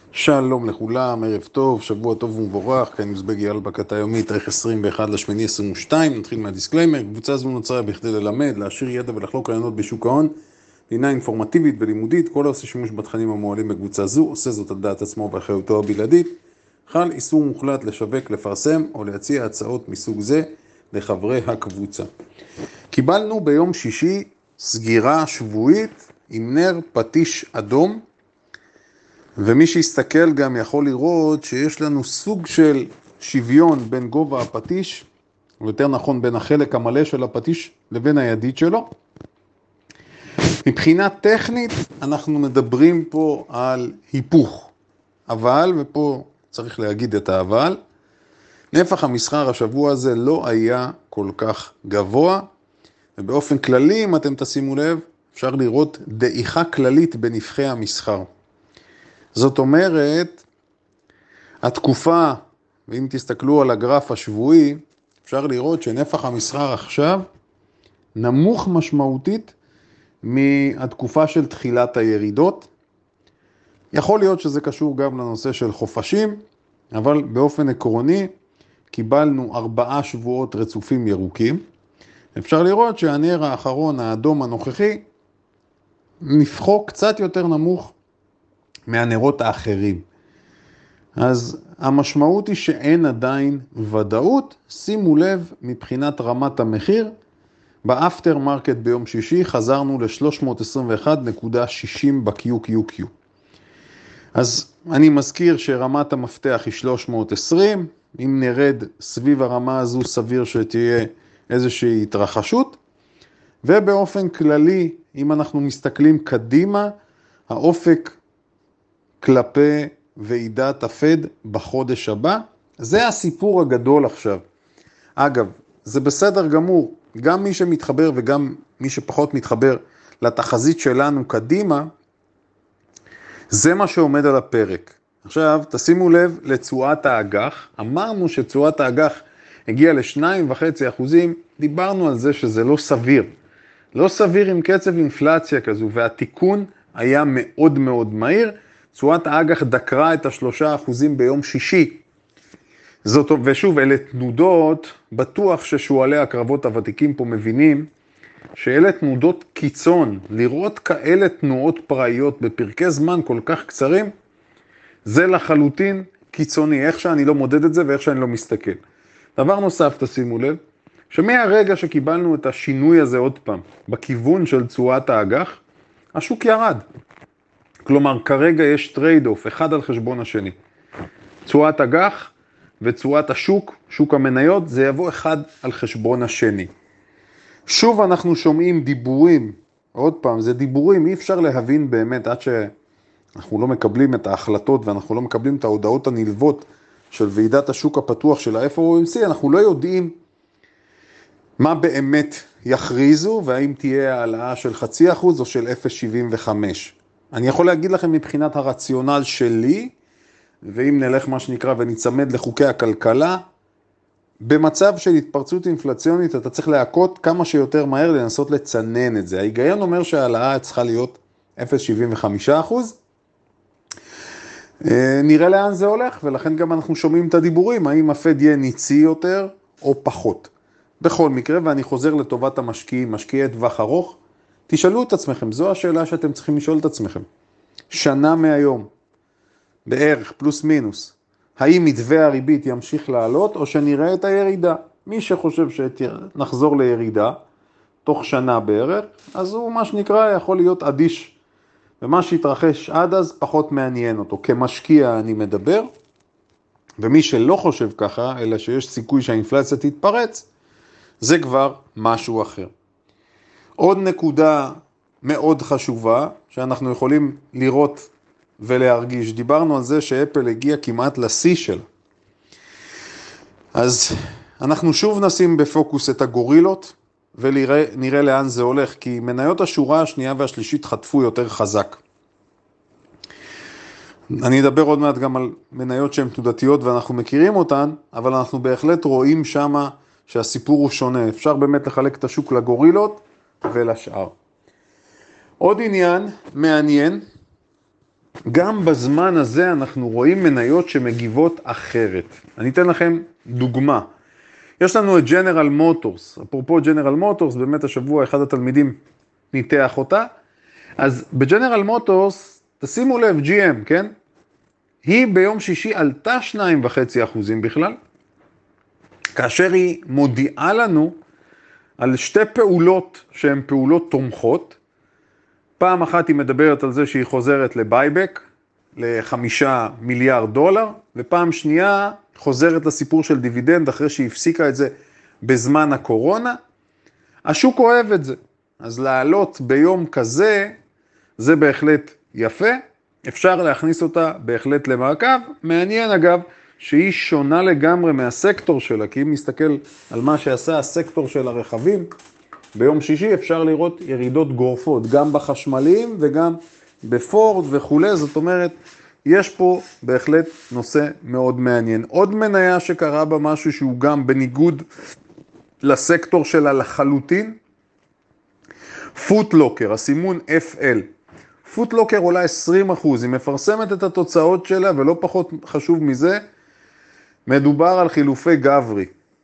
שלום לכולם, ערב טוב, שבוע טוב ומבורך, כאן מזבג אלבקת היומית, תאריך 21/8/22, נתחיל מהדיסקליימר. קבוצה זו נוצרה בכדי ללמד, להשאיר ידע ולחלוק רעיונות בשוק ההון, לינה אינפורמטיבית ולימודית. כל העושה שימוש בתכנים המועלים בקבוצה זו, עושה זאת על דעת עצמו באחריותו הבלעדית. חל איסור מוחלט לשווק, לפרסם או להציע הצעות מסוג זה לחברי הקבוצה. קיבלנו ביום שישי סגירה שבועית עם נר פטיש אדום, ומי שיסתכל גם יכול לראות שיש לנו סוג של שוויון בין גובה הפטיש, ויותר נכון בין החלק המלא של הפטיש לבין הידית שלו. מבחינה טכנית אנחנו מדברים פה על היפוך, אבל, ופה צריך להגיד את האבל, נפח המסחר השבוע הזה לא היה כל כך גבוה, ובאופן כללי, אם אתם תשימו לב, אפשר לראות דעיכה כללית בנפחי המסחר. זאת אומרת, התקופה, ואם תסתכלו על הגרף השבועי, אפשר לראות שנפח המסחר עכשיו נמוך משמעותית מהתקופה של תחילת הירידות. יכול להיות שזה קשור גם לנושא של חופשים, אבל באופן עקרוני קיבלנו 4 שבועות רצופים ירוקים. אפשר לראות שהנר האחרון, האדום הנוכחי, נפחו קצת יותר נמוך מהנרות האחרים. אז המשמעות היא שאין עדיין ודאות. שימו לב מבחינת רמת המחיר, באפטר מרקט ביום שישי חזרנו ל-321.60 ב-QQQ. אז אני מזכיר שרמת המפתח היא 320, אם נרד סביב הרמה הזו סביר שתהיה איזושהי התרחשות, ובאופן כללי אם אנחנו מסתכלים קדימה, האופק כלפי ועידת הפד בחודש הבא, זה הסיפור הגדול עכשיו. אגב, זה בסדר גמור, גם מי שמתחבר וגם מי שפחות מתחבר לתחזית שלנו קדימה, זה מה שעומד על הפרק. עכשיו, תשימו לב לתשואת האג"ח. אמרנו שתשואת האג"ח הגיעה ל2.5%, דיברנו על זה שזה לא סביר. לא סביר עם קצב אינפלציה כזו, והתיקון היה מאוד מאוד מהיר. תשואת האג"ח דקרה את 3% ביום שישי. ושוב, אלה תנודות, בטוח ששואלי הקרבות הוותיקים פה מבינים, שאלה תנודות קיצון. לראות כאלה תנועות פראיות בפרקי זמן כל כך קצרים, זה לחלוטין קיצוני, איך שאני לא מודד את זה ואיך שאני לא מסתכל. דבר נוסף, תשימו לב, שמהרגע שקיבלנו את השינוי הזה עוד פעם, בכיוון של תשואת האג"ח, השוק ירד. כלומר, כרגע יש טרייד אוף, אחד על חשבון השני. תשואת אג"ח ותשואת השוק, שוק המניות, זה יבוא אחד על חשבון השני. שוב אנחנו שומעים דיבורים, עוד פעם, זה דיבורים, אי אפשר להבין באמת עד שאנחנו לא מקבלים את ההחלטות ואנחנו לא מקבלים את ההודעות הנלוות של ועידת השוק הפתוח של ה-FOMC, אנחנו לא יודעים מה באמת יכריזו והאם תהיה העלאה של 0.5% או של 0.75. אני יכול להגיד לכם מבחינת הרציונל שלי, ואם נלך מה שנקרא ונצמד לחוקי הכלכלה, במצב של התפרצות אינפלציונית אתה צריך להכות כמה שיותר מהר לנסות לצנן את זה. ההיגיון אומר שהעלאה צריכה להיות 0.75%. נראה לאן זה הולך, ולכן גם אנחנו שומעים את הדיבורים, האם הפד יהיה ניצי יותר או פחות. בכל מקרה, ואני חוזר לטובת המשקיעים, משקיעי טווח ארוך, תשאלו את עצמכם, זו השאלה שאתם צריכים לשאול את עצמכם. שנה מהיום, בערך, פלוס מינוס, האם מתווה הריבית ימשיך לעלות או שנראה את הירידה? מי שחושב שנחזור לירידה, תוך שנה בערך, אז הוא מה שנקרא יכול להיות אדיש. ומה שהתרחש עד אז פחות מעניין אותו. כמשקיע אני מדבר, ומי שלא חושב ככה, אלא שיש סיכוי שהאינפלציה תתפרץ, זה כבר משהו אחר. עוד נקודה מאוד חשובה שאנחנו יכולים לראות ולהרגיש. דיברנו על זה שאפל הגיע כמעט לשיא שלה. אז אנחנו שוב נשים בפוקוס את הגורילות ונראה לאן זה הולך, כי מניות השורה השנייה והשלישית חטפו יותר חזק. אני אדבר עוד מעט גם על מניות שהן תנודתיות ואנחנו מכירים אותן, אבל אנחנו בהחלט רואים שמה שהסיפור הוא שונה. אפשר באמת לחלק את השוק לגורילות ולשאר. עוד עניין מעניין, גם בזמן הזה אנחנו רואים מניות שמגיבות אחרת. אני אתן לכם דוגמה. יש לנו את ג'נרל מוטורס. אפרופו ג'נרל מוטורס, באמת השבוע אחד התלמידים ניתח אותה. אז בג'נרל מוטורס, תשימו לב, GM, כן? היא ביום שישי עלתה 2.5% בכלל, כאשר היא מודיעה לנו על שתי פעולות שהן פעולות תומכות. פעם אחת היא מדברת על זה שהיא חוזרת לבייבק, ל$5 מיליארד, ופעם שנייה חוזרת לסיפור של דיבידנד אחרי שהיא הפסיקה את זה בזמן הקורונה. השוק אוהב את זה, אז לעלות ביום כזה, זה בהחלט יפה, אפשר להכניס אותה בהחלט למעקב. מעניין אגב שהיא שונה לגמרי מהסקטור שלה, כי אם נסתכל על מה שעשה הסקטור של הרכבים, ביום שישי אפשר לראות ירידות גורפות, גם בחשמליים וגם בפורד וכו'. זאת אומרת, יש פה בהחלט נושא מאוד מעניין. עוד מניה שקרה בה משהו שהוא גם בניגוד לסקטור שלה לחלוטין, פוטלוקר, הסימון FL. פוטלוקר עולה 20%, היא מפרסמת את התוצאות שלה, ולא פחות חשוב מזה, מדובר על חילופי גברי.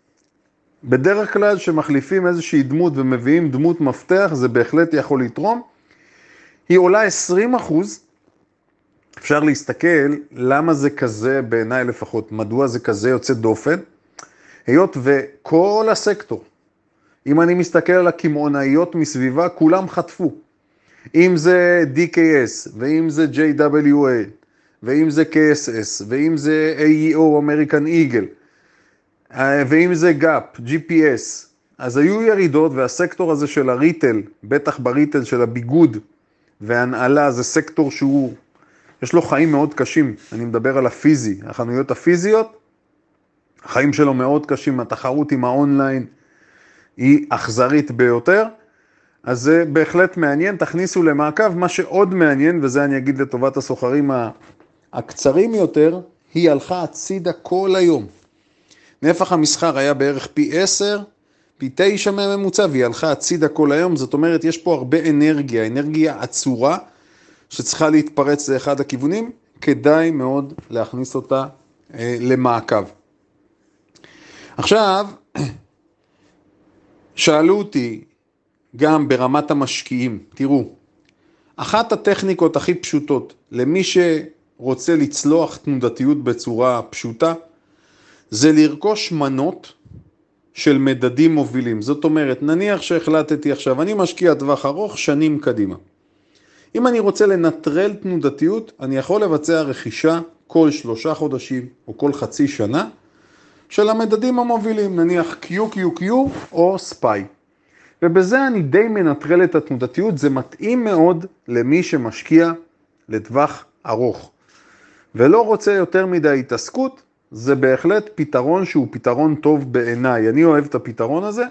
בדרך כלל שמחליפים איזושהי דמות ומביאים דמות מפתח, זה בהחלט יכול לתרום. היא עולה 20%, אפשר להסתכל למה זה כזה, בעיניי לפחות, מדוע זה כזה יוצא דופן, היות וכל הסקטור, אם אני מסתכל על הקמעונאיות מסביבה, כולם חטפו. אם זה DKS, ואם זה JWA, ואם זה KSS, ואם זה AEO, American Eagle, ואם זה GAP, GPS, אז היו ירידות, והסקטור הזה של הריטל, בטח בריטל של הביגוד והנעלה, זה סקטור שהוא, יש לו חיים מאוד קשים. אני מדבר על הפיזי, החנויות הפיזיות, החיים שלו מאוד קשים, התחרות עם האונליין היא אכזרית ביותר, אז זה בהחלט מעניין, תכניסו למעקב. מה שעוד מעניין, וזה אני אגיד לטובת הסוחרים הקצרים יותר, היא הלכה הצידה כל היום. נפח המסחר היה בערך פי 10, פי 9 מהממוצע, והיא הלכה הצידה כל היום. זאת אומרת, יש פה הרבה אנרגיה, אנרגיה עצורה, שצריכה להתפרץ לאחד הכיוונים, כדאי מאוד להכניס אותה למעקב. עכשיו, שאלו אותי גם ברמת המשקיעים, תראו, אחת הטכניקות הכי פשוטות למי שרוצה לצלוח תנודתיות בצורה פשוטה, זה לרכוש מנות של מדדים מובילים. זאת אומרת, נניח שהחלטתי עכשיו, אני משקיע טווח ארוך שנים קדימה. אם אני רוצה לנטרל תנודתיות, אני יכול לבצע רכישה כל 3 חודשים או כל חצי שנה של המדדים המובילים, נניח QQQ או SPY. ובזה אני די מנטרל את התנודתיות, זה מתאים מאוד למי שמשקיע לטווח ארוך. ולא רוצה יותר מדי התעסקות, זה בהחלט פתרון שהוא פתרון טוב בעיניי. אני אוהב את הפתרון הזה.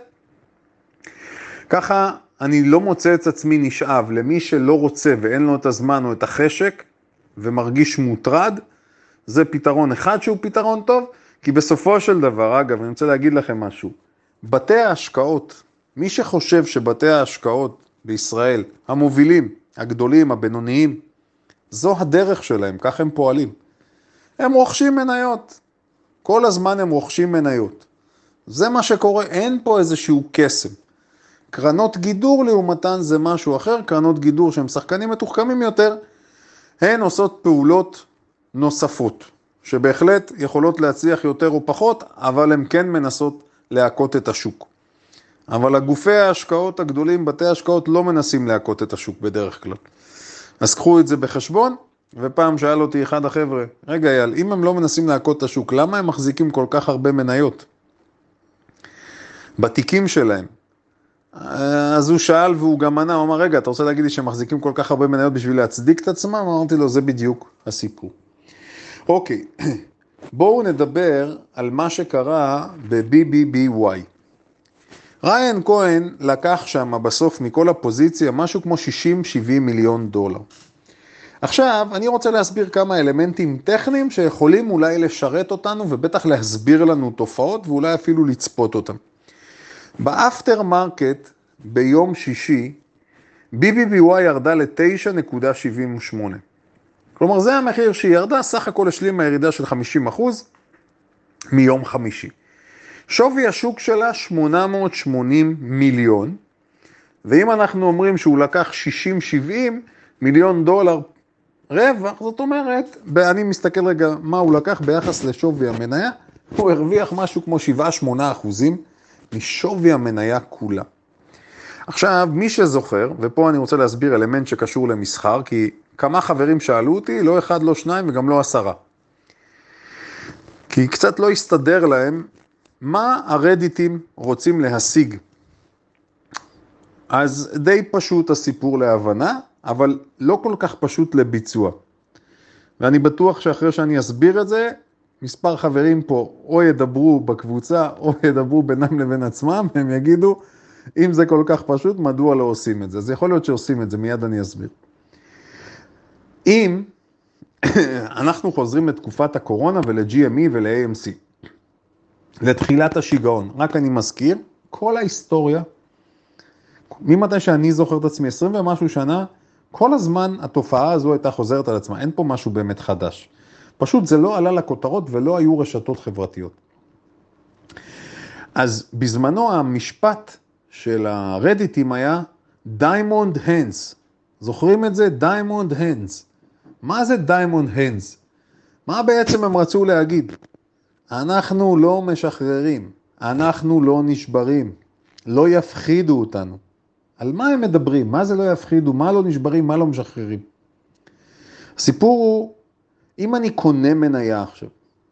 ככה אני לא מוצא את עצמי נשאב למי שלא רוצה ואין לו את הזמן או את החשק ומרגיש מוטרד. זה פתרון אחד שהוא פתרון טוב, כי בסופו של דבר, אגב, אני רוצה להגיד לכם משהו. בתי ההשקעות, מי שחושב שבתי ההשקעות בישראל, המובילים, הגדולים, הבינוניים, זו הדרך שלהם, כך הם פועלים. הם רוכשים מניות. כל הזמן הם רוכשים מניות. זה מה שקורה, אין פה איזשהו קסם. קרנות גידור לעומתן זה משהו אחר, קרנות גידור שהם שחקנים מתוחכמים יותר, הן עושות פעולות נוספות, שבהחלט יכולות להצליח יותר או פחות, אבל הן כן מנסות להכות את השוק. אבל הגופי ההשקעות הגדולים, בתי ההשקעות לא מנסים להכות את השוק בדרך כלל. אז קחו את זה בחשבון, ופעם שאל אותי אחד החבר'ה, רגע אייל, אם הם לא מנסים להכות את השוק, למה הם מחזיקים כל כך הרבה מניות בתיקים שלהם? אז הוא שאל והוא גם ענה, הוא אמר, רגע, אתה רוצה להגיד לי שהם מחזיקים כל כך הרבה מניות בשביל להצדיק את עצמם? אמרתי לו, זה בדיוק הסיפור. אוקיי, בואו נדבר על מה שקרה ב-BBBY. ריין כהן לקח שם בסוף מכל הפוזיציה משהו כמו 60-70 מיליון דולר. עכשיו, אני רוצה להסביר כמה אלמנטים טכניים שיכולים אולי לשרת אותנו ובטח להסביר לנו תופעות ואולי אפילו לצפות אותם. באפטר מרקט ביום שישי, BBBY ירדה ל-9.78. כלומר, זה המחיר שהיא ירדה, סך הכל השלימה ירידה של 50% מיום חמישי. שווי השוק שלה 880 מיליון, ואם אנחנו אומרים שהוא לקח 60-70 מיליון דולר רווח, זאת אומרת, אני מסתכל רגע מה הוא לקח ביחס לשווי המניה, הוא הרוויח משהו כמו 7-8% משווי המניה כולה. עכשיו, מי שזוכר, ופה אני רוצה להסביר אלמנט שקשור למסחר, כי כמה חברים שאלו אותי, לא אחד, לא שניים וגם לא 10. כי קצת לא הסתדר להם מה הרדיטים רוצים להשיג. אז די פשוט הסיפור להבנה, אבל לא כל כך פשוט לביצוע. ואני בטוח שאחרי שאני אסביר את זה, מספר חברים פה או ידברו בקבוצה או ידברו בינם לבין עצמם, הם יגידו, אם זה כל כך פשוט, מדוע לא עושים את זה? אז יכול להיות שעושים את זה, מיד אני אסביר. אם אנחנו חוזרים לתקופת הקורונה ול-GME ול-AMC, לתחילת השיגעון, רק אני מזכיר, כל ההיסטוריה, ממתי שאני זוכר את עצמי 20 ומשהו שנה, כל הזמן התופעה הזו הייתה חוזרת על עצמה, אין פה משהו באמת חדש. פשוט זה לא עלה לכותרות ולא היו רשתות חברתיות. אז בזמנו המשפט של הרדיטים היה Diamond Hands. זוכרים את זה? Diamond Hands. מה זה Diamond Hands? מה בעצם הם רצו להגיד? אנחנו לא משחררים, אנחנו לא נשברים, לא יפחידו אותנו. על מה הם מדברים? מה זה לא יפחידו? מה לא נשברים? מה לא משחררים? הסיפור הוא, אם אני קונה מניה עכשיו,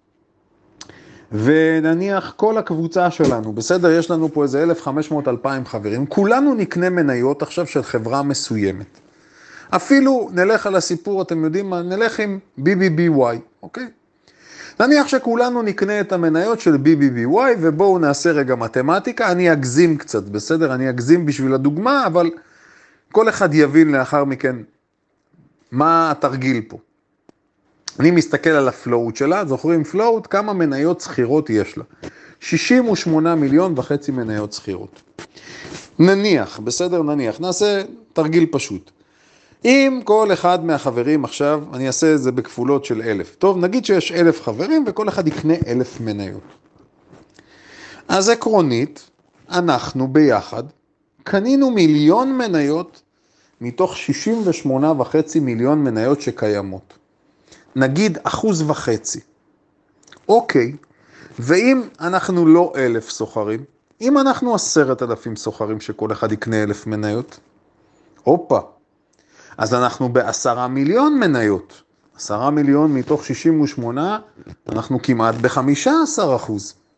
ונניח כל הקבוצה שלנו, בסדר, יש לנו פה איזה 1,500-2,000 חברים, כולנו נקנה מניות עכשיו של חברה מסוימת. אפילו נלך על הסיפור, אתם יודעים מה, נלך עם BBBY, אוקיי? נניח שכולנו נקנה את המניות של BBBY, ובואו נעשה רגע מתמטיקה, אני אגזים קצת, בסדר? אני אגזים בשביל הדוגמה, אבל כל אחד יבין לאחר מכן מה התרגיל פה. אני מסתכל על הפלוט שלה, זוכרים פלוט? כמה מניות סחירות יש לה? 68.5 מיליון מניות סחירות. נניח, בסדר? נניח, נעשה תרגיל פשוט. אם כל אחד מהחברים עכשיו, אני אעשה את זה בכפולות של 1,000. טוב, נגיד שיש 1,000 חברים וכל אחד יקנה 1,000 מניות. אז עקרונית, אנחנו ביחד קנינו 1,000,000 מניות מתוך 68.5 מיליון מניות שקיימות. נגיד 1.5%. אוקיי, ואם אנחנו לא 1,000 סוחרים, אם אנחנו 10,000 סוחרים שכל אחד יקנה 1,000 מניות, הופה, אז אנחנו ב10 מיליון מניות. 10 מיליון מתוך 68, אנחנו כמעט ב15%.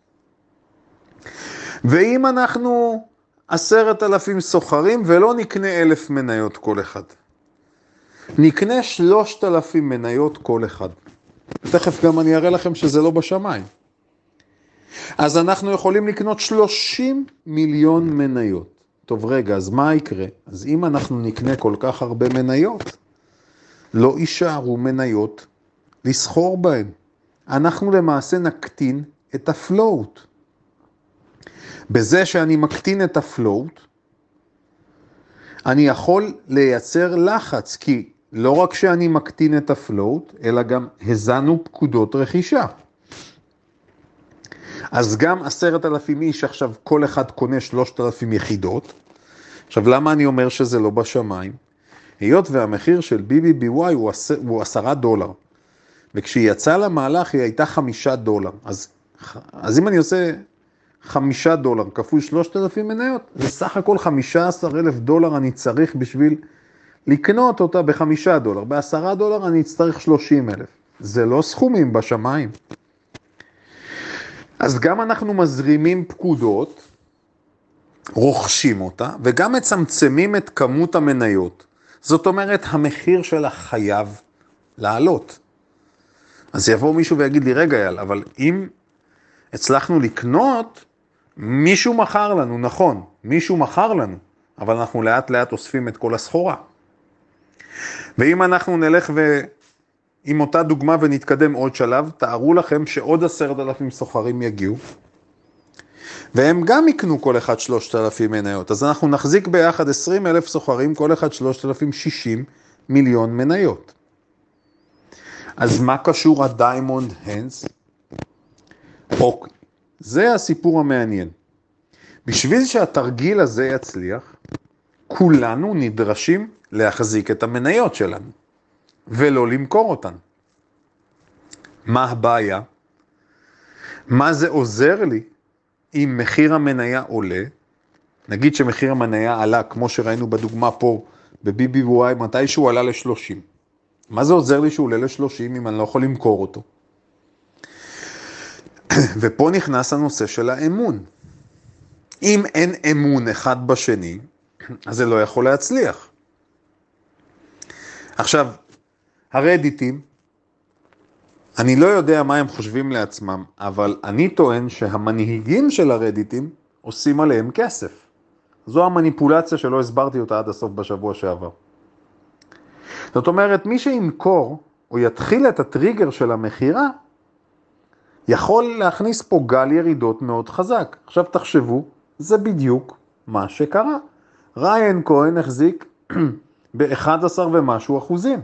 ואם אנחנו 10,000 סוחרים ולא נקנה 1,000 מניות כל אחד, נקנה 3,000 מניות כל אחד. תכף גם אני אראה לכם שזה לא בשמיים. אז אנחנו יכולים לקנות 30 מיליון מניות. טוב רגע, אז מה יקרה? אז אם אנחנו נקנה כל כך הרבה מניות, לא יישארו מניות לסחור בהן. אנחנו למעשה נקטין את הפלוט. בזה שאני מקטין את הפלוט, אני יכול לייצר לחץ, כי לא רק שאני מקטין את הפלוט, אלא גם הזנו פקודות רכישה. אז גם 10,000 איש עכשיו כל אחד קונה 3,000 יחידות. עכשיו למה אני אומר שזה לא בשמיים? היות והמחיר של BBBY הוא $10, וכשהיא יצאה למהלך היא הייתה $5. אז אם אני עושה $5 כפול 3,000 מניות, זה סך הכל $15,000 אני צריך בשביל לקנות אותה $5. $10 אני אצטרך 30,000. זה לא סכומים בשמיים. אז גם אנחנו מזרימים פקודות, רוכשים אותה, וגם מצמצמים את כמות המניות. זאת אומרת, המחיר שלה חייב לעלות. אז יבוא מישהו ויגיד לי, רגע יאל, אבל אם הצלחנו לקנות, מישהו מכר לנו, נכון, מישהו מכר לנו, אבל אנחנו לאט לאט אוספים את כל הסחורה. ואם אנחנו נלך עם אותה דוגמה ונתקדם עוד שלב, תארו לכם שעוד 10,000 סוחרים יגיעו, והם גם יקנו כל אחד 3,000 מניות. אז אנחנו נחזיק ביחד 20,000 סוחרים, כל אחד 3,060 מיליון מניות. אז מה קשור הדיימונד הנס? אוקיי, זה הסיפור המעניין. בשביל שהתרגיל הזה יצליח, כולנו נדרשים להחזיק את המניות שלנו, ולא למכור אותן. מה הבעיה? מה זה עוזר לי אם מחיר המניה עולה? נגיד שמחיר המניה עלה, כמו שראינו בדוגמה פה, ב-BBY, מתי שהוא עלה ל-30. מה זה עוזר לי שהוא עולה ל-30 אם אני לא יכול למכור אותו? ופה נכנס הנושא של האמון. אם אין אמון אחד בשני, אז זה לא יכול להצליח. עכשיו, הרדיטים, אני לא יודע מה הם חושבים לעצמם, אבל אני טוען שהמנהיגים של הרדיטים עושים עליהם כסף. זו המניפולציה שלא הסברתי אותה עד הסוף בשבוע שעבר. זאת אומרת, מי שימכור או יתחיל את הטריגר של המחירה, יכול להכניס פה גל ירידות מאוד חזק. עכשיו תחשבו, זה בדיוק מה שקרה. ריין כהן החזיק ב-11 ומשהו אחוזים.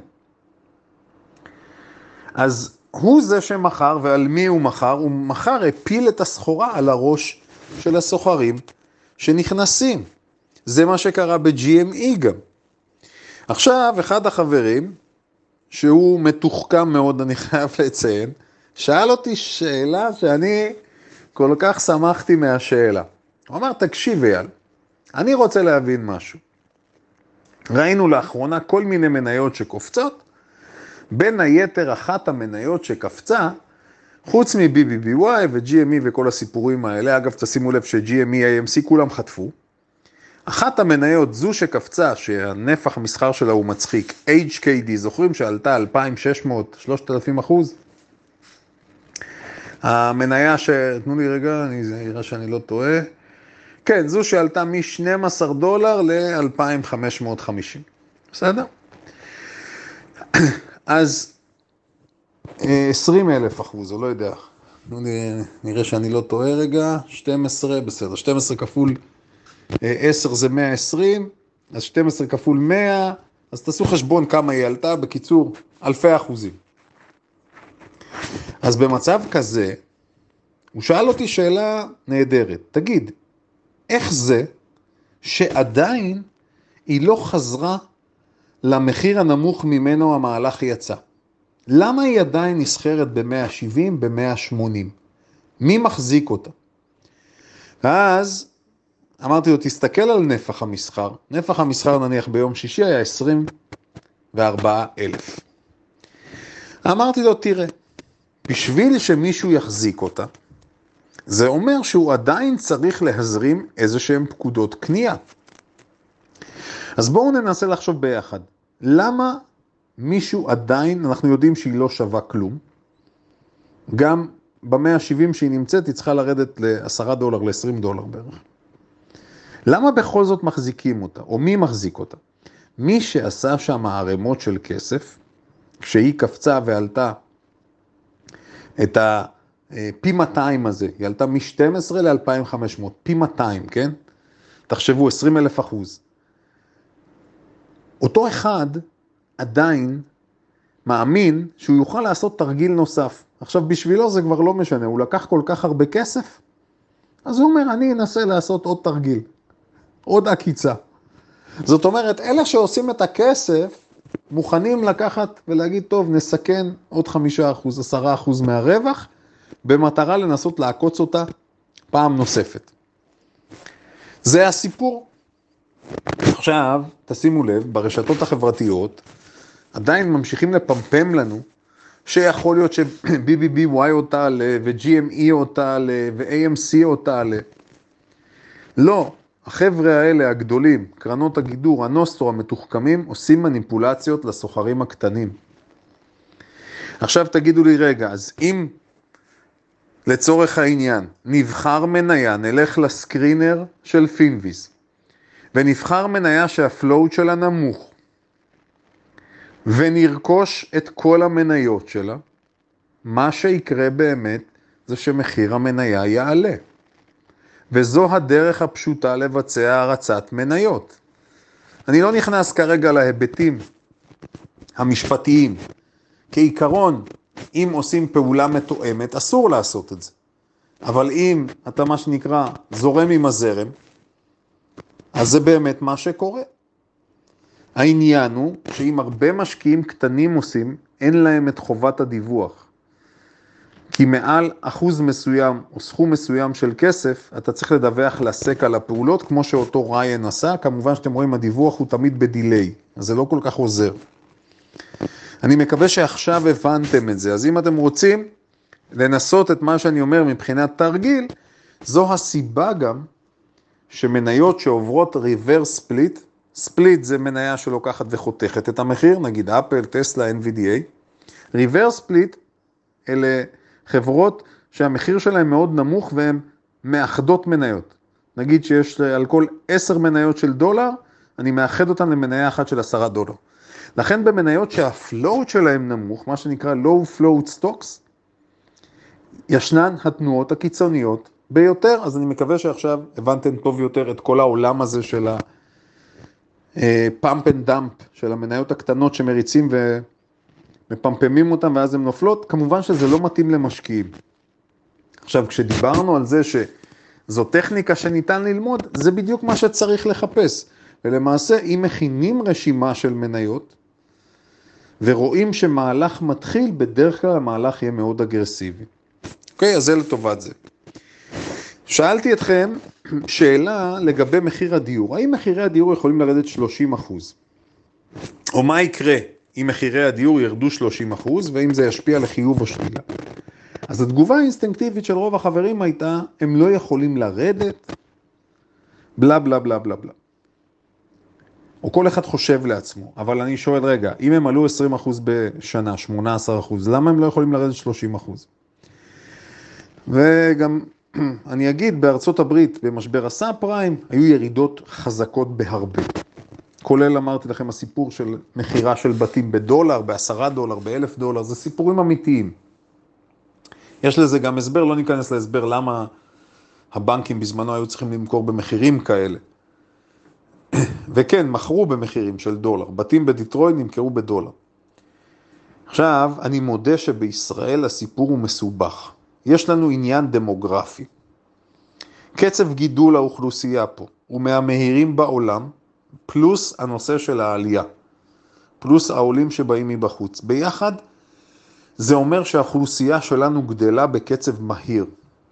אז הוא זה שמחר, ועל מי הוא מחר? הוא מחר הפיל את הסחורה על הראש של הסוחרים שנכנסים. זה מה שקרה ב-GME גם. עכשיו, אחד החברים, שהוא מתוחכם מאוד, אני חייב לציין, שאל אותי שאלה שאני כל כך שמחתי מהשאלה. הוא אמר, תקשיב אייל, אני רוצה להבין משהו. ראינו לאחרונה כל מיני מניות שקופצות, בין היתר אחת המניות שקפצה, חוץ מ-BBBY ו-GME וכל הסיפורים האלה, אגב תשימו לב ש-GME, AMC כולם חטפו, אחת המניות זו שקפצה, שהנפח המסחר שלה הוא מצחיק, HKD, זוכרים שעלתה 2,600-3,000%? המניה תנו לי רגע, אני אראה שאני לא טועה, כן, זו שעלתה מ-12 דולר ל-2,550, בסדר? אז 20,000%, או לא יודע, נראה שאני לא טועה רגע, 12, בסדר, 12 כפול 10 זה 120, אז 12 כפול 100, אז תעשו חשבון כמה היא עלתה, בקיצור, אלפי אחוזים. אז במצב כזה, הוא שאל אותי שאלה נהדרת, תגיד, איך זה שעדיין היא לא חזרה למחיר הנמוך ממנו המהלך יצא? למה היא עדיין נסחרת ב-170, ב-180? מי מחזיק אותה? ואז אמרתי לו, תסתכל על נפח המסחר. נפח המסחר נניח ביום שישי היה 24,000. אמרתי לו, תראה, בשביל שמישהו יחזיק אותה, זה אומר שהוא עדיין צריך להזרים איזה שהם פקודות קנייה. אז בואו ננסה לחשוב ביחד. למה מישהו עדיין, אנחנו יודעים שהיא לא שווה כלום, גם ב-170 שהיא נמצאת, היא צריכה לרדת ל$10 ל-$20 בערך. למה בכל זאת מחזיקים אותה? או מי מחזיק אותה? מי שעשה שם ערימות של כסף, כשהיא קפצה ועלתה את פי 200 הזה, היא עלתה מ-12 ל-2,500, פי 200, כן? תחשבו, 20,000%. אותו אחד עדיין מאמין שהוא יוכל לעשות תרגיל נוסף. עכשיו, בשבילו זה כבר לא משנה, הוא לקח כל כך הרבה כסף, אז הוא אומר, אני אנסה לעשות עוד תרגיל, עוד עקיצה. זאת אומרת, אלה שעושים את הכסף, מוכנים לקחת ולהגיד, טוב, נסכן עוד 5%, 10% מהרווח, במטרה לנסות לעקוץ אותה פעם נוספת. זה הסיפור. עכשיו, תשימו לב, ברשתות החברתיות, עדיין ממשיכים לפמפם לנו, שיכול להיות ש-BBBY אותה ו-GME אותה ו-AMC אותה לא, החבר'ה האלה הגדולים, קרנות הגידור, הנוסטרו, המתוחכמים, עושים מניפולציות לסוחרים הקטנים. עכשיו תגידו לי רגע, אז אם לצורך העניין נבחר מניה, נלך לסקרינר של פינוויז, ונבחר מניה שהפלואוט שלה נמוך, ונרכוש את כל המניות שלה, מה שיקרה באמת זה שמחיר המניה יעלה. וזו הדרך הפשוטה לבצע הרצת מניות. אני לא נכנס כרגע להיבטים המשפטיים, כעיקרון, אם עושים פעולה מתואמת, אסור לעשות את זה. אבל אם אתה מה שנקרא זורם עם הזרם, אז זה באמת מה שקורה. העניין הוא שאם הרבה משקיעים קטנים עושים, אין להם את חובת הדיווח. כי מעל אחוז מסוים או סכום מסוים של כסף, אתה צריך לדווח לסק על הפעולות, כמו שאותו ריין עשה. כמובן שאתם רואים, הדיווח הוא תמיד בדיליי, אז זה לא כל כך עוזר. אני מקווה שעכשיו הבנתם את זה. אז אם אתם רוצים לנסות את מה שאני אומר מבחינת תרגיל, זו הסיבה גם שמניות שעוברות reverse split, split זה מניה שלוקחת וחותכת את המחיר, נגיד אפל, טסלה, NVDA. reverse split אלה חברות שהמחיר שלהם מאוד נמוך והן מאחדות מניות. נגיד שיש על כל 10 מניות של דולר, אני מאחד אותן למניה אחת של $10. לכן במניות שהפלוט שלהם נמוך, מה שנקרא low float stocks, ישנן התנועות הקיצוניות ביותר. אז אני מקווה שעכשיו הבנתם טוב יותר את כל העולם הזה של ה-pump and dump, של המניות הקטנות שמריצים ומפמפמים אותם ואז הן נופלות. כמובן שזה לא מתאים למשקיעים. עכשיו, כשדיברנו על זה שזו טכניקה שניתן ללמוד, זה בדיוק מה שצריך לחפש. ולמעשה, אם מכינים רשימה של מניות, ורואים שמהלך מתחיל, בדרך כלל המהלך יהיה מאוד אגרסיבי. אוקיי, אז זה לטובת זה. שאלתי אתכם שאלה לגבי מחיר הדיור. האם מחירי הדיור יכולים לרדת 30%? או מה יקרה אם מחירי הדיור ירדו 30%, ואם זה ישפיע לחיוב או שלילה? אז התגובה האינסטינקטיבית של רוב החברים הייתה, הם לא יכולים לרדת, בלה בלה בלה בלה בלה. או כל אחד חושב לעצמו, אבל אני שואל רגע, אם הם עלו 20% בשנה, 18%, למה הם לא יכולים לרדת 30%? וגם אני אגיד, בארצות הברית, במשבר הסאב פריים, היו ירידות חזקות בהרבה. כולל, אמרתי לכם, הסיפור של מחירה של בתים בדולר, $10, $1,000, זה סיפורים אמיתיים. יש לזה גם הסבר, לא ניכנס להסבר למה הבנקים בזמנו היו צריכים למכור במחירים כאלה. וכן, מכרו במחירים של דולר. בתים בדיטרויט נמכרו בדולר. עכשיו, אני מודה שבישראל הסיפור הוא מסובך. יש לנו עניין דמוגרפי. קצב גידול האוכלוסייה פה הוא מהמהירים בעולם, פלוס הנושא של העלייה, פלוס העולים שבאים מבחוץ. ביחד, זה אומר שהאוכלוסייה שלנו גדלה בקצב מהיר.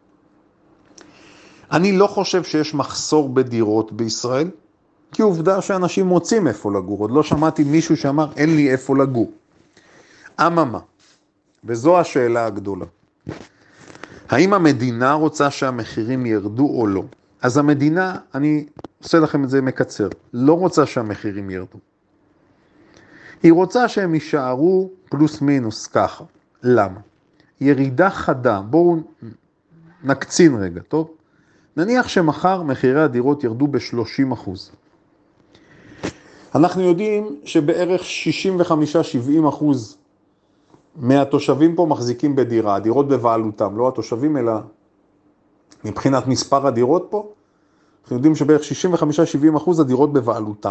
אני לא חושב שיש מחסור בדירות בישראל, כי עובדה שאנשים מוצאים איפה לגור. עוד לא שמעתי מישהו שאמר, אין לי איפה לגור. אממה, וזו השאלה הגדולה. האם המדינה רוצה שהמחירים ירדו או לא? אז המדינה, אני עושה לכם את זה מקצר, לא רוצה שהמחירים ירדו. היא רוצה שהם יישארו פלוס מינוס ככה. למה? ירידה חדה, בואו נקצין רגע, טוב? נניח שמחר מחירי הדירות ירדו ב-30%. אנחנו יודעים שבערך 65-70% מהתושבים פה מחזיקים בדירה, הדירות בבעלותם, לא התושבים אלא מבחינת מספר הדירות פה, אנחנו יודעים שבערך 65-70% הדירות בבעלותם.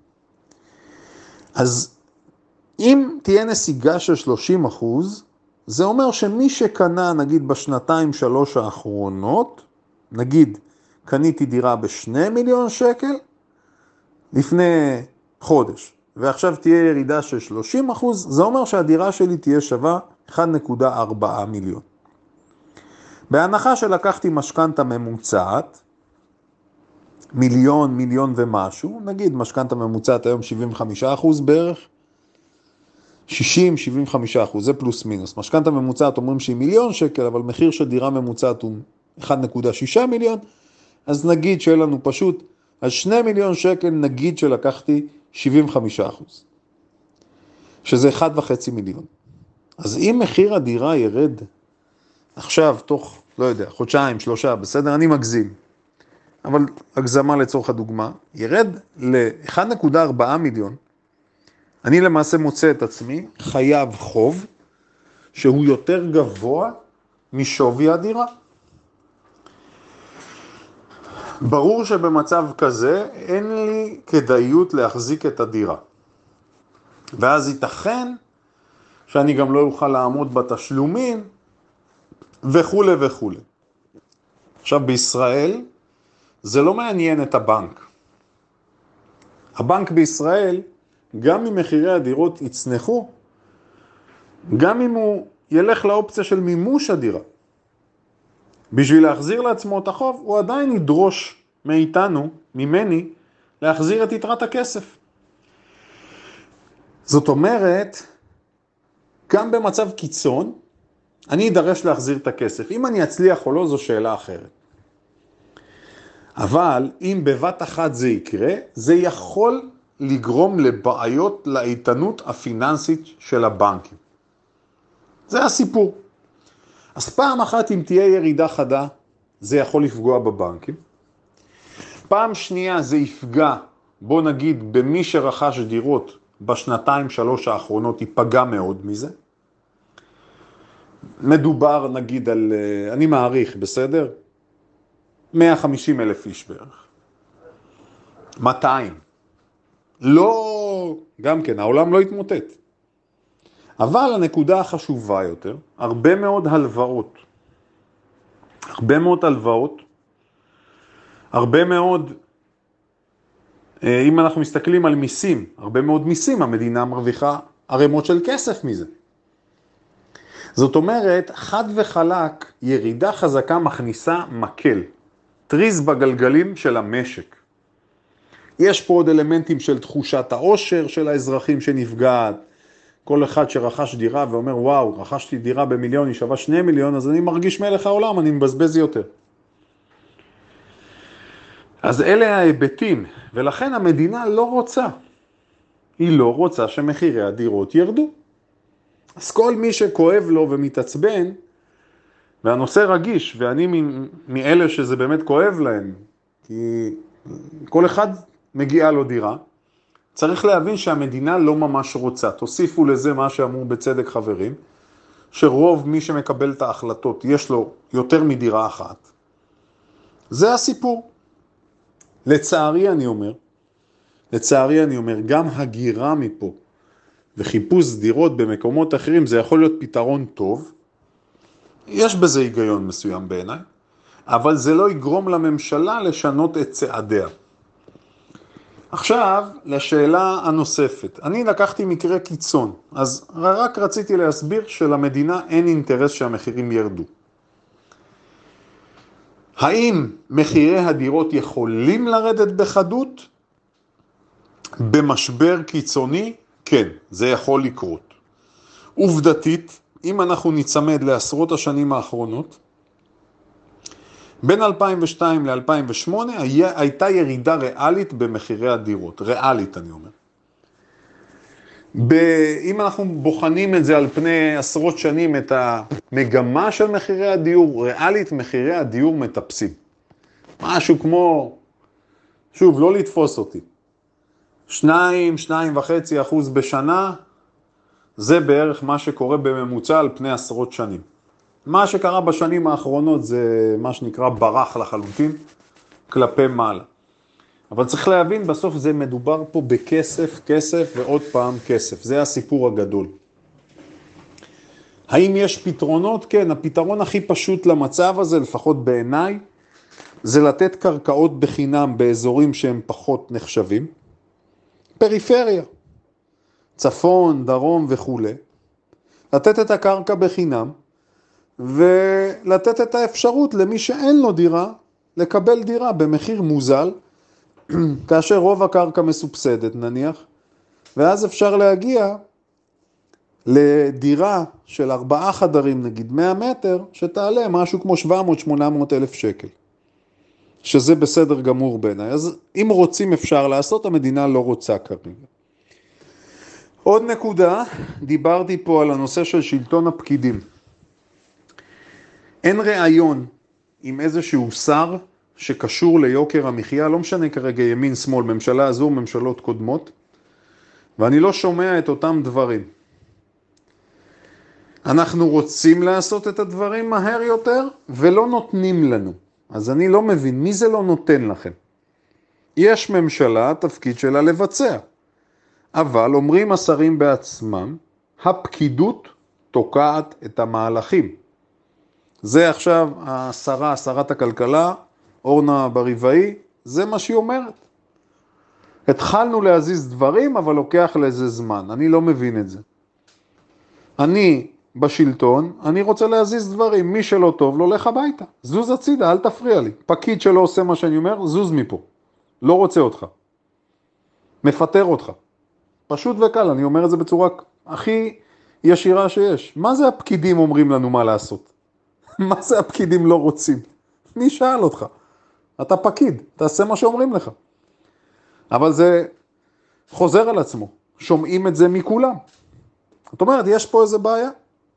אז אם תהיה נסיגה של 30%, זה אומר שמי שקנה נגיד בשנתיים-שלוש האחרונות, נגיד קניתי דירה ב2 מיליון שקל לפני חודש, ועכשיו תהיה ירידה של 30%, זה אומר שהדירה שלי תהיה שווה 1.4 מיליון. בהנחה שלקחתי משכנתה ממוצעת, מיליון ומשהו, נגיד משכנתה ממוצעת היום 75% בערך, 60-75%, זה פלוס מינוס. משכנתה ממוצעת אומרים שהיא מיליון שקל, אבל מחיר של דירה ממוצעת הוא 1.6 מיליון, אז נגיד שיהיה לנו פשוט, אז 2 מיליון שקל נגיד שלקחתי 75%, שזה 1.5 מיליון. אז אם מחיר הדירה ירד עכשיו, תוך, לא יודע, חודשיים, 3, בסדר, אני מגזים, אבל הגזמה לצורך הדוגמה, ירד ל-1.4 מיליון, אני למעשה מוצא את עצמי חייב חוב שהוא יותר גבוה משווי הדירה. ברור שבמצב כזה אין לי כדאיות להחזיק את הדירה. ואז ייתכן שאני גם לא אוכל לעמוד בתשלומים, וכו' וכו'. עכשיו בישראל, זה לא מעניין את הבנק. הבנק בישראל, גם אם מחירי הדירות יצנחו, גם אם הוא ילך לאופציה של מימוש הדירה, בשביל להחזיר לעצמו את החוב, הוא עדיין ידרוש מאיתנו, ממני, להחזיר את יתרת הכסף. זאת אומרת, גם במצב קיצון, אני אדרש להחזיר את הכסף. אם אני אצליח או לא, זו שאלה אחרת. אבל אם בבת אחת זה יקרה, זה יכול לגרום לבעיות לאיתנות הפיננסית של הבנקים. זה הסיפור. אז פעם אחת אם תהיה ירידה חדה, זה יכול לפגוע בבנקים. פעם שנייה זה יפגע, בוא נגיד, במי שרכש דירות בשנתיים שלוש האחרונות, ייפגע מאוד מזה. מדובר נגיד על, אני מעריך, בסדר? 150,000 איש בערך. 200. לא, גם כן, העולם לא יתמוטט. אבל הנקודה החשובה יותר, הרבה מאוד הלוואות, הרבה מאוד, אם אנחנו מסתכלים על מיסים, הרבה מאוד מיסים, המדינה מרוויחה ערימות של כסף מזה. זאת אומרת, חד וחלק, ירידה חזקה מכניסה מקל, טריז בגלגלים של המשק. יש פה עוד אלמנטים של תחושת העושר של האזרחים שנפגעת. כל אחד שרכש דירה ואומר, וואו, רכשתי דירה במיליון, היא שווה 2 מיליון, אז אני מרגיש מלך העולם, אני מבזבז יותר. אז אלה ההיבטים, ולכן המדינה לא רוצה. היא לא רוצה שמחירי הדירות ירדו. אז כל מי שכואב לו ומתעצבן, והנושא רגיש, ואני מאלה שזה באמת כואב להם, כי כל אחד מגיעה לו דירה, צריך להבין שהמדינה לא ממש רוצה. תוסיפו לזה מה שאמרו בצדק חברים, שרוב מי שמקבל את ההחלטות יש לו יותר מדירה אחת. זה הסיפור. לצערי אני אומר, גם הגירה מפה וחיפוש דירות במקומות אחרים, זה יכול להיות פתרון טוב. יש בזה היגיון מסוים בעיניי, אבל זה לא יגרום לממשלה לשנות את צעדיה. עכשיו, לשאלה הנוספת. אני לקחתי מקרה קיצון, אז רק רציתי להסביר שלמדינה אין אינטרס שהמחירים ירדו. האם מחירי הדירות יכולים לרדת בחדות? במשבר קיצוני? כן, זה יכול לקרות. עובדתית, אם אנחנו ניצמד לעשרות השנים האחרונות, בין 2002 ל-2008 הייתה ירידה ריאלית במחירי הדירות. ריאלית, אני אומר. אם אנחנו בוחנים את זה על פני עשרות שנים, את המגמה של מחירי הדיור, ריאלית מחירי הדיור מטפסים. משהו כמו, שוב, לא לתפוס אותי. 2-2.5% בשנה, זה בערך מה שקורה בממוצע על פני עשרות שנים. מה שקרה בשנים האחרונות זה מה שנקרא ברח לחלוטין, כלפי מעלה. אבל צריך להבין, בסוף זה מדובר פה בכסף, כסף ועוד פעם כסף. זה הסיפור הגדול. האם יש פתרונות? כן, הפתרון הכי פשוט למצב הזה, לפחות בעיניי, זה לתת קרקעות בחינם באזורים שהם פחות נחשבים. פריפריה, צפון, דרום וכו'. לתת את הקרקע בחינם, ולתת את האפשרות למי שאין לו דירה, לקבל דירה במחיר מוזל, כאשר רוב הקרקע מסובסדת נניח, ואז אפשר להגיע לדירה של 4 חדרים נגיד 100 מטר, שתעלה משהו כמו 700-800 אלף שקל. שזה בסדר גמור בעיניי. אז אם רוצים אפשר לעשות, המדינה לא רוצה כרגע. עוד נקודה, דיברתי פה על הנושא של שלטון הפקידים. אין רעיון עם איזשהו שר שקשור ליוקר המחיה, לא משנה כרגע ימין, שמאל, ממשלה הזו, ממשלות קודמות, ואני לא שומע את אותם דברים. אנחנו רוצים לעשות את הדברים מהר יותר, ולא נותנים לנו. אז אני לא מבין, מי זה לא נותן לכם? יש ממשלה, התפקיד שלה לבצע. אבל אומרים השרים בעצמם, הפקידות תוקעת את המהלכים. זה עכשיו שרת הכלכלה, אורנה ברבעי, זה מה שהיא אומרת. התחלנו להזיז דברים, אבל לוקח לזה זמן. אני לא מבין את זה. אני בשלטון, אני רוצה להזיז דברים. מי שלא טוב, לא הולך הביתה. זוז הצידה, אל תפריע לי. פקיד שלא עושה מה שאני אומר, זוז מפה. לא רוצה אותך. מפטר אותך. פשוט וקל, אני אומר את זה בצורה הכי ישירה שיש. מה זה הפקידים אומרים לנו מה לעשות? מה זה הפקידים לא רוצים? מי שאל אותך? אתה פקיד, תעשה מה שאומרים לך. אבל זה חוזר על עצמו. שומעים את זה מכולם. זאת אומרת, יש פה איזה בעיה.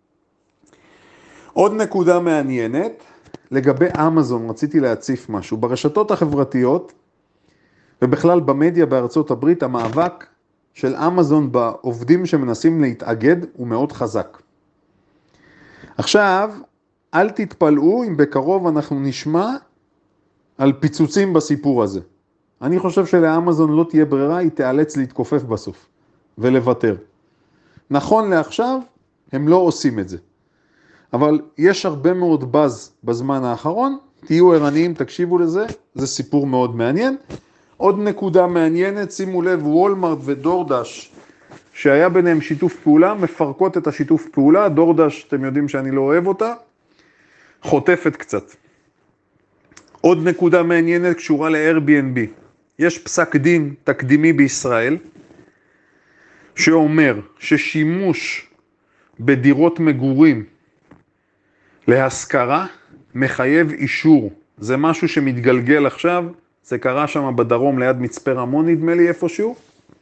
עוד נקודה מעניינת, לגבי אמזון, רציתי להציף משהו. ברשתות החברתיות, ובכלל במדיה בארצות הברית, המאבק של אמזון בעובדים שמנסים להתאגד הוא מאוד חזק. עכשיו, אל תתפלאו אם בקרוב אנחנו נשמע על פיצוצים בסיפור הזה. אני חושב שלאמזון לא תהיה ברירה, היא תיאלץ להתכופף בסוף ולוותר. נכון לעכשיו, הם לא עושים את זה. אבל יש הרבה מאוד בז בזמן האחרון, תהיו ערניים, תקשיבו לזה, זה סיפור מאוד מעניין. עוד נקודה מעניינת, שימו לב, וולמארט ודורדש, שהיה ביניהם שיתוף פעולה, מפרקות את השיתוף פעולה, דורדש, אתם יודעים שאני לא אוהב אותה, חוטפת קצת. עוד נקודה מעניינת קשורה ל-Airbnb. יש פסק דין תקדימי בישראל, שאומר ששימוש בדירות מגורים להשכרה מחייב אישור. זה משהו שמתגלגל עכשיו, זה קרה שם בדרום ליד מצפה רמון נדמה לי איפשהו.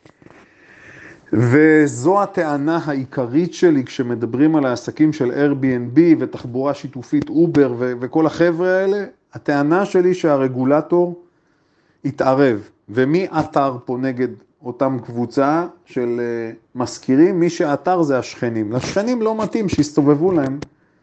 וזו הטענה העיקרית שלי כשמדברים על העסקים של Airbnb ותחבורה שיתופית אובר וכל החבר'ה האלה. הטענה שלי שהרגולטור יתערב. ומי עתר פה נגד אותם קבוצה של מזכירים? מי שעתר זה השכנים. לשכנים לא מתאים שיסתובבו להם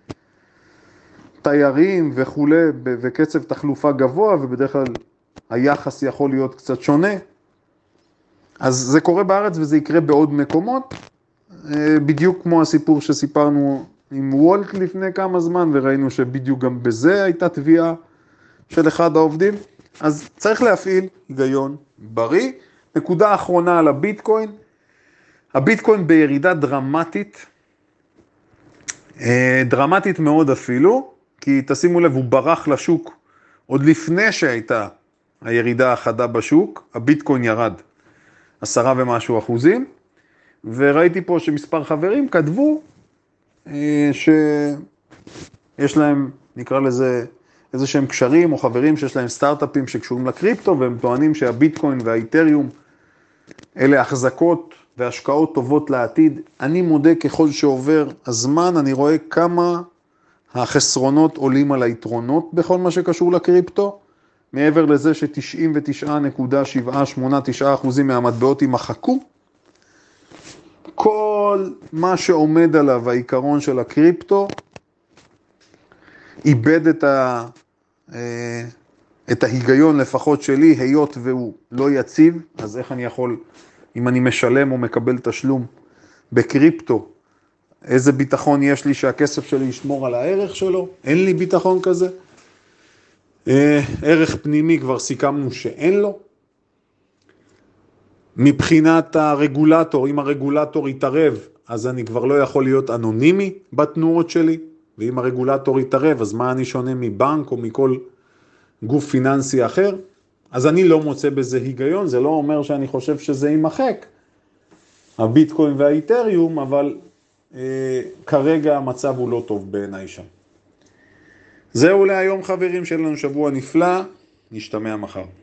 תיירים וכו' וקצב תחלופה גבוה, ובדרך כלל היחס יכול להיות קצת שונה. אז זה קורה בארץ וזה יקרה בעוד מקומות, בדיוק כמו הסיפור שסיפרנו עם וולט לפני כמה זמן, וראינו שבדיוק גם בזה הייתה תביעה של אחד העובדים. אז צריך להפעיל היגיון בריא. נקודה אחרונה על הביטקוין. הביטקוין בירידה דרמטית, דרמטית מאוד אפילו, כי תשימו לב, הוא ברח לשוק עוד לפני שהייתה הירידה החדה בשוק, הביטקוין ירד 10 ומשהו אחוזים, וראיתי פה שמספר חברים כתבו שיש להם, נקרא לזה, איזה שהם קשרים או חברים שיש להם סטארט-אפים שקשורים לקריפטו, והם טוענים שהביטקוין והאיתריום אלה החזקות והשקעות טובות לעתיד. אני מודה ככל שעובר הזמן, אני רואה כמה החסרונות עולים על היתרונות בכל מה שקשור לקריפטו, מעבר לזה ש99.789% מהמטבעות יימחקו. כל מה שעומד עליו העיקרון של הקריפטו, איבד את ההיגיון לפחות שלי, היות והוא לא יציב. אז איך אני יכול, אם אני משלם או מקבל תשלום בקריפטו, איזה ביטחון יש לי שהכסף שלי ישמור על הערך שלו? אין לי ביטחון כזה. ערך פנימי כבר סיכמנו שאין לו. מבחינת הרגולטור, אם הרגולטור יתערב, אז אני כבר לא יכול להיות אנונימי בתנועות שלי, ואם הרגולטור יתערב, אז מה אני שונה מבנק או מכל גוף פיננסי אחר? אז אני לא מוצא בזה היגיון, זה לא אומר שאני חושב שזה יימחק, הביטקוין והאיתריום, אבל כרגע המצב הוא לא טוב בעיניי שם. זהו להיום חברים שלנו, שבוע נפלא, נשתמע מחר.